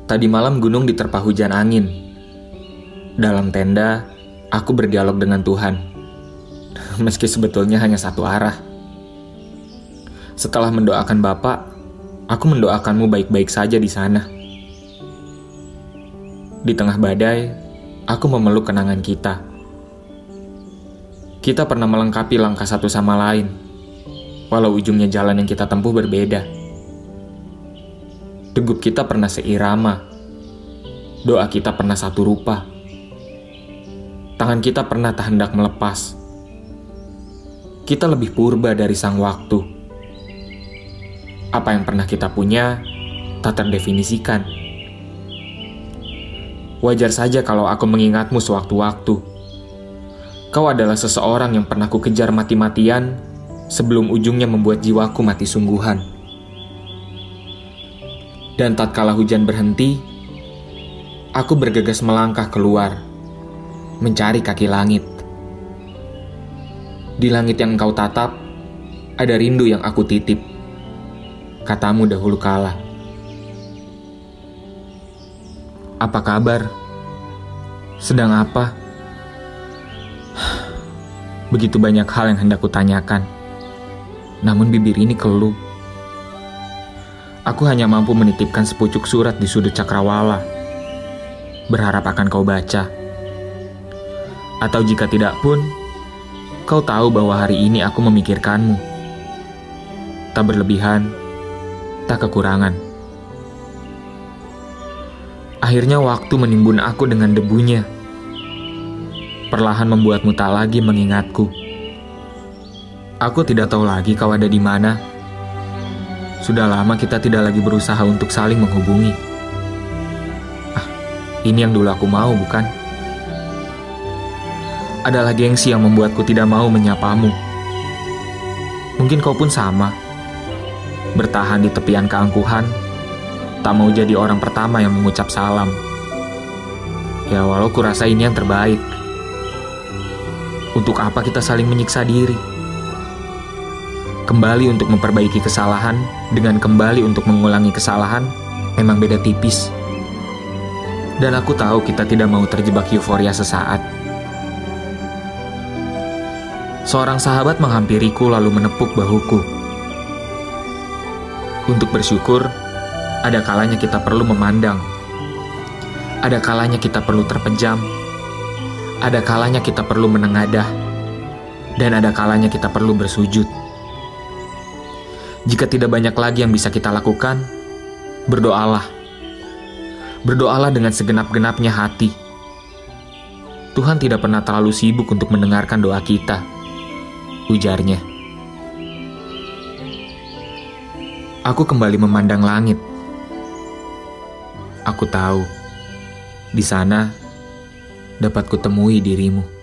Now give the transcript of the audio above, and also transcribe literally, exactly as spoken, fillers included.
Tadi malam gunung diterpa hujan angin. Dalam tenda, aku berdialog dengan Tuhan. Meski sebetulnya hanya satu arah. Setelah mendoakan Bapak, aku mendoakanmu baik-baik saja di sana. Di tengah badai, aku memeluk kenangan kita. Kita pernah melengkapi langkah satu sama lain, walau ujungnya jalan yang kita tempuh berbeda. Degup kita pernah seirama, doa kita pernah satu rupa. Tangan kita pernah tak hendak melepas. Kita lebih purba dari sang waktu. Apa yang pernah kita punya tak terdefinisikan. Wajar saja kalau aku mengingatmu sewaktu-waktu. Kau adalah seseorang yang pernah ku kejar mati-matian sebelum ujungnya membuat jiwaku mati sungguhan. Dan tatkala hujan berhenti, aku bergegas melangkah keluar, mencari kaki langit. Di langit yang engkau tatap, ada rindu yang aku titip. Katamu dahulu kala. Apa kabar? Sedang apa? Begitu banyak hal yang hendak kutanyakan. Namun bibir ini keluh. Aku hanya mampu menitipkan sepucuk surat di sudut cakrawala. Berharap akan kau baca. Atau jika tidak pun, kau tahu bahwa hari ini aku memikirkanmu. Tak berlebihan, tak kekurangan. Akhirnya waktu menimbun aku dengan debunya. Perlahan membuatmu tak lagi mengingatku. Aku tidak tahu lagi kau ada di mana. Sudah lama kita tidak lagi berusaha untuk saling menghubungi. Ah, ini yang dulu aku mau, bukan? Adalah gengsi yang membuatku tidak mau menyapamu. Mungkin kau pun sama. Bertahan di tepian keangkuhan, tak mau jadi orang pertama yang mengucap salam. Ya walau kurasa ini yang terbaik. Untuk apa kita saling menyiksa diri? Kembali untuk memperbaiki kesalahan dengan kembali untuk mengulangi kesalahan memang beda tipis. Dan aku tahu kita tidak mau terjebak euforia sesaat. Seorang sahabat menghampiriku lalu menepuk bahuku. Untuk bersyukur, ada kalanya kita perlu memandang. Ada kalanya kita perlu terpejam. Ada kalanya kita perlu menengadah. Dan ada kalanya kita perlu bersujud. Jika tidak banyak lagi yang bisa kita lakukan, berdoalah. Berdoalah dengan segenap-genapnya hati. Tuhan tidak pernah terlalu sibuk untuk mendengarkan doa kita, ujarnya. Aku kembali memandang langit. Aku tahu, di sana dapat kutemui dirimu.